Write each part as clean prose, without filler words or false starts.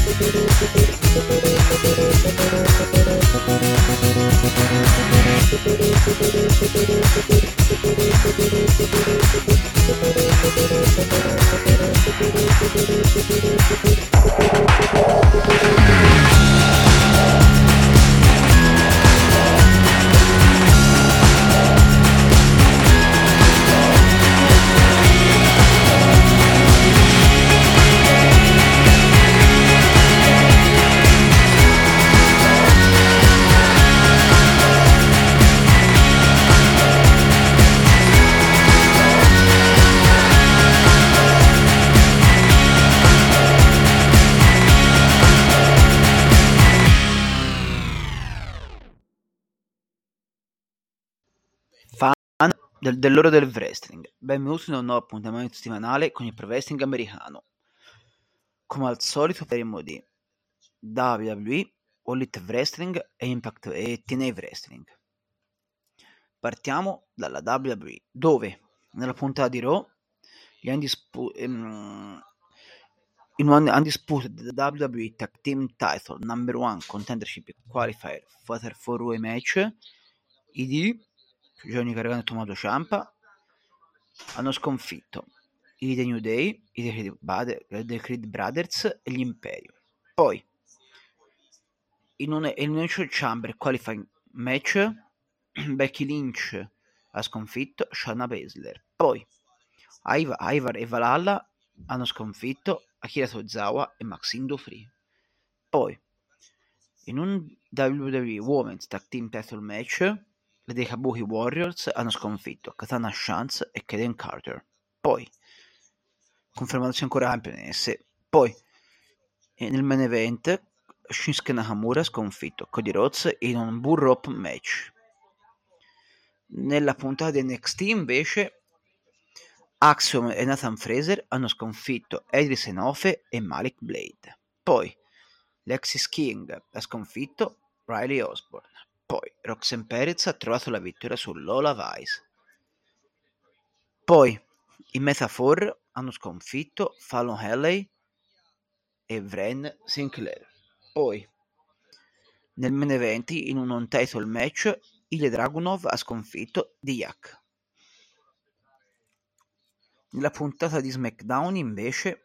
Dell'ora del wrestling, benvenuti in un nuovo appuntamento settimanale con il pro wrestling americano. Come al solito parleremo di WWE, All Elite Wrestling e Impact e TNA Wrestling. Partiamo dalla WWE, dove nella puntata di Raw in un Undisputed WWE Tag Team Title Number 1 Contendership Qualifier Fatal 4-Way Match, ID Johnny Gargano e Tommaso Ciampa hanno sconfitto i The New Day, i The Creed Brothers e gli Imperium. Poi in un Elimination Chamber Qualifying Match Becky Lynch ha sconfitto Shayna Baszler. Poi Ivar e Valhalla hanno sconfitto Akira Tozawa e Maxine Dupri. Poi in un WWE Women's Tag Team Title Match le Kabuki Warriors hanno sconfitto Katana Chance e Kaden Carter. Poi confermandosi ancora campionesse. Poi nel main event Shinsuke Nakamura ha sconfitto Cody Rhodes in un Bull Rope match. Nella puntata di NXT invece Axiom e Nathan Fraser hanno sconfitto Edris Enofe e Malik Blade. Poi Lexis King ha sconfitto Riley Osborne. Poi Roxanne Perez ha trovato la vittoria su Lola Vice. Poi i Metaphor hanno sconfitto Fallon Henley e Vren Sinclair. Poi nel main event in un non-title match Ilya Dragunov ha sconfitto Diak. Nella puntata di SmackDown invece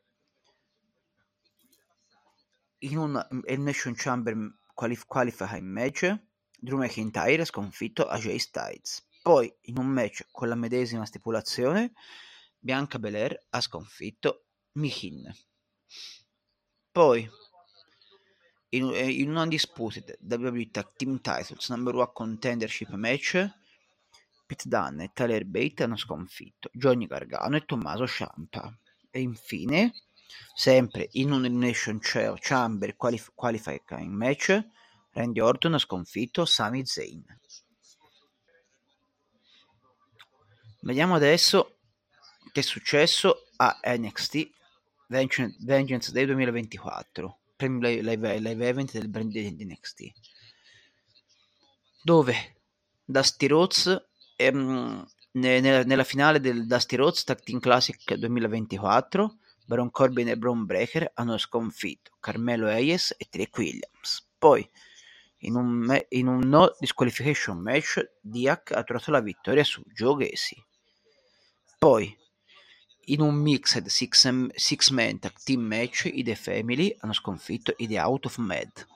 in un Elimination Chamber Qualifying match Drew McIntyre ha sconfitto AJ Styles. Poi in un match con la medesima stipulazione Bianca Belair ha sconfitto Mihin. Poi in un Undisputed WWE Tag Team Titles Number 1 Contendership match Pete Dunne e Tyler Bate hanno sconfitto Johnny Gargano e Tommaso Ciampa. E infine sempre in un Elimination Chamber Qualifying match Randy Orton ha sconfitto Sami Zayn. Vediamo adesso che è successo a NXT Vengeance Day 2024, premi live event del brand di NXT, dove Dusty Rhodes nella finale del Dusty Rhodes Tag Team Classic 2024 Baron Corbin e Braun Breaker hanno sconfitto Carmelo Hayes e Trick Williams. Poi in un no disqualification match Diak ha trovato la vittoria su Joe Gacy. Poi in un mixed six-man tag team match i The Family hanno sconfitto i The Out of Mad.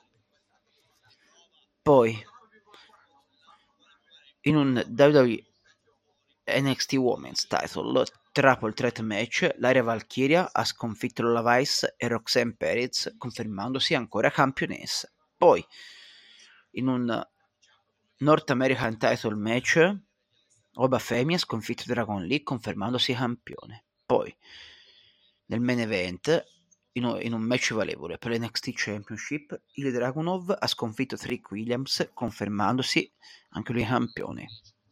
Poi in un WWE NXT Women's Title Triple Threat match l'Aria Valkyria ha sconfitto Lola Vice e Roxanne Perez, confermandosi ancora campionessa. Poi in un North American Title match Oba Femi ha sconfitto Dragon Lee, confermandosi campione. Poi nel main event in un match valevole per l'NXT Championship il Dragunov ha sconfitto Trick Williams, confermandosi anche lui campione.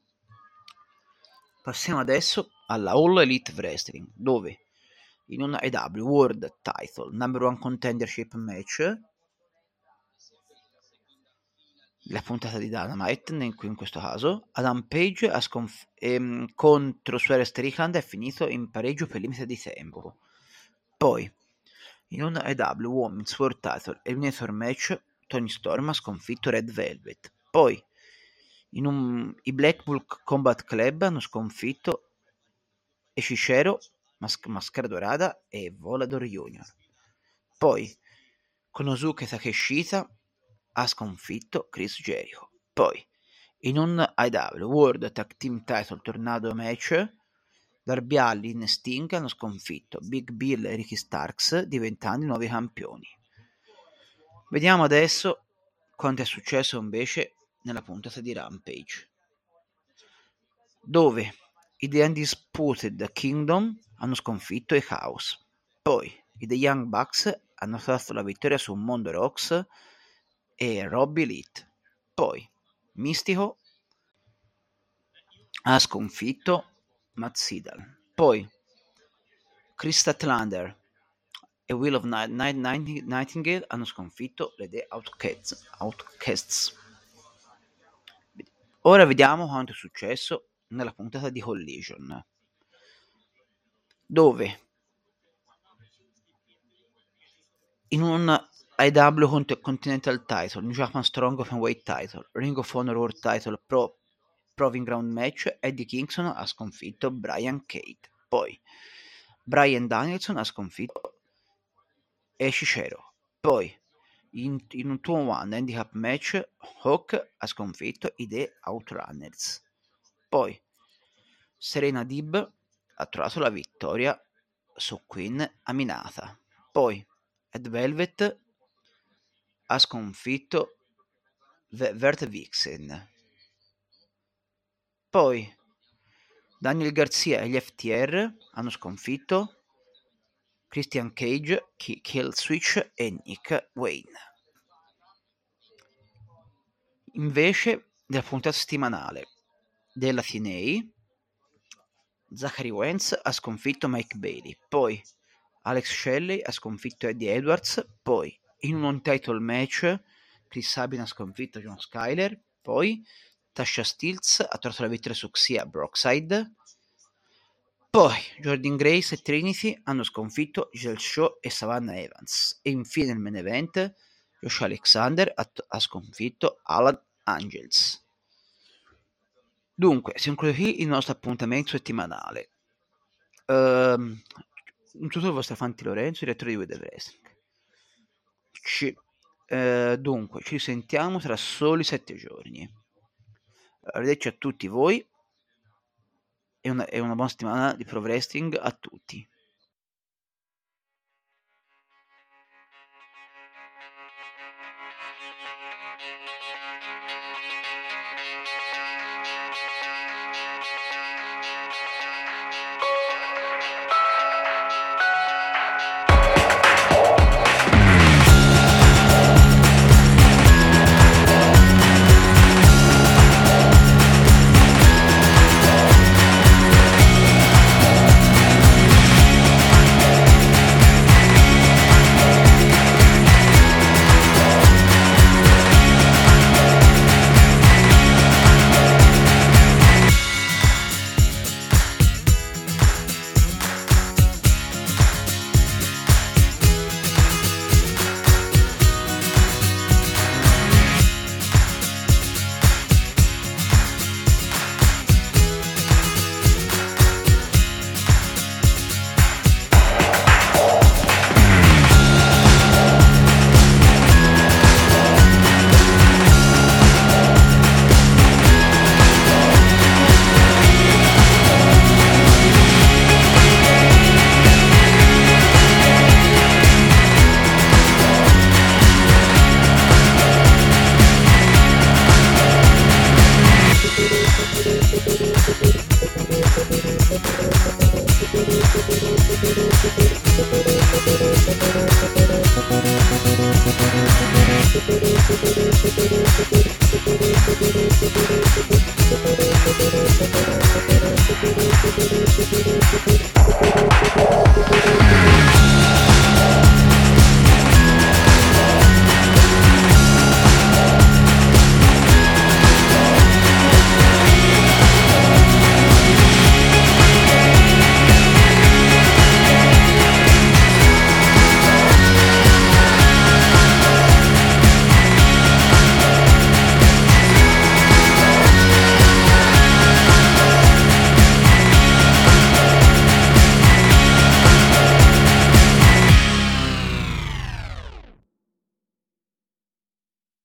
Passiamo adesso alla All Elite Wrestling, dove in un AEW World Title Number 1 Contendership match la puntata di Dynamite in questo caso Adam Page contro Suarez Strickland è finito in pareggio per limite di tempo. Poi In un AEW Women's World Title Eliminator Match Toni Storm ha sconfitto Red Velvet. Poi i Blackpool Combat Club hanno sconfitto Eshishero, Maschera Dorada e Volador Junior. Poi Konosuke Takeshita ha sconfitto Chris Jericho. Poi in un AEW World Tag Team Title Tornado Match Darby Allin e Sting hanno sconfitto Big Bill e Ricky Starks, diventando i nuovi campioni. Vediamo adesso quanto è successo invece nella puntata di Rampage, dove i The Undisputed Kingdom hanno sconfitto i Chaos. Poi i The Young Bucks hanno tratto la vittoria su Mondo Rocks e Robbie Elite. Poi Mystico ha sconfitto Matt Sydal. Poi Chris Statlander e Will of Nightingale hanno sconfitto le The Outcasts. Ora vediamo quanto è successo nella puntata di Collision, dove in un AEW Continental Title, New Japan Strong Openweight Title, Ring of Honor World Title Proving Ground Match, Eddie Kingston ha sconfitto Brian Cage. Poi Bryan Danielson ha sconfitto Eshishero. Poi in un 2-on-1 handicap match Hawk ha sconfitto i The Outrunners. Poi Serena Deeb ha trovato la vittoria su Queen Aminata. Poi Ed Velvet ha sconfitto Vert Vixen. Poi Daniel Garcia e gli FTR hanno sconfitto Christian Cage, Kill Switch e Nick Wayne. Invece della puntata settimanale della TNA, Zachary Wentz ha sconfitto Mike Bailey. Poi Alex Shelley ha sconfitto Eddie Edwards. Poi in un non-title match Chris Sabin ha sconfitto John Skyler. Poi Tasha Steelz ha trovato la vittoria su Xia Brockside. Poi Jordan Grace e Trinity hanno sconfitto Giselle Shaw e Savannah Evans. E infine nel main event Josh Alexander ha sconfitto Alan Angels. Dunque, si conclude qui il nostro appuntamento settimanale. Un saluto al vostro Fanti Lorenzo, direttore di We The Wrestling. Dunque, ci sentiamo tra soli 7 giorni. Arrivederci a tutti voi e una buona settimana di Pro Wrestling a tutti.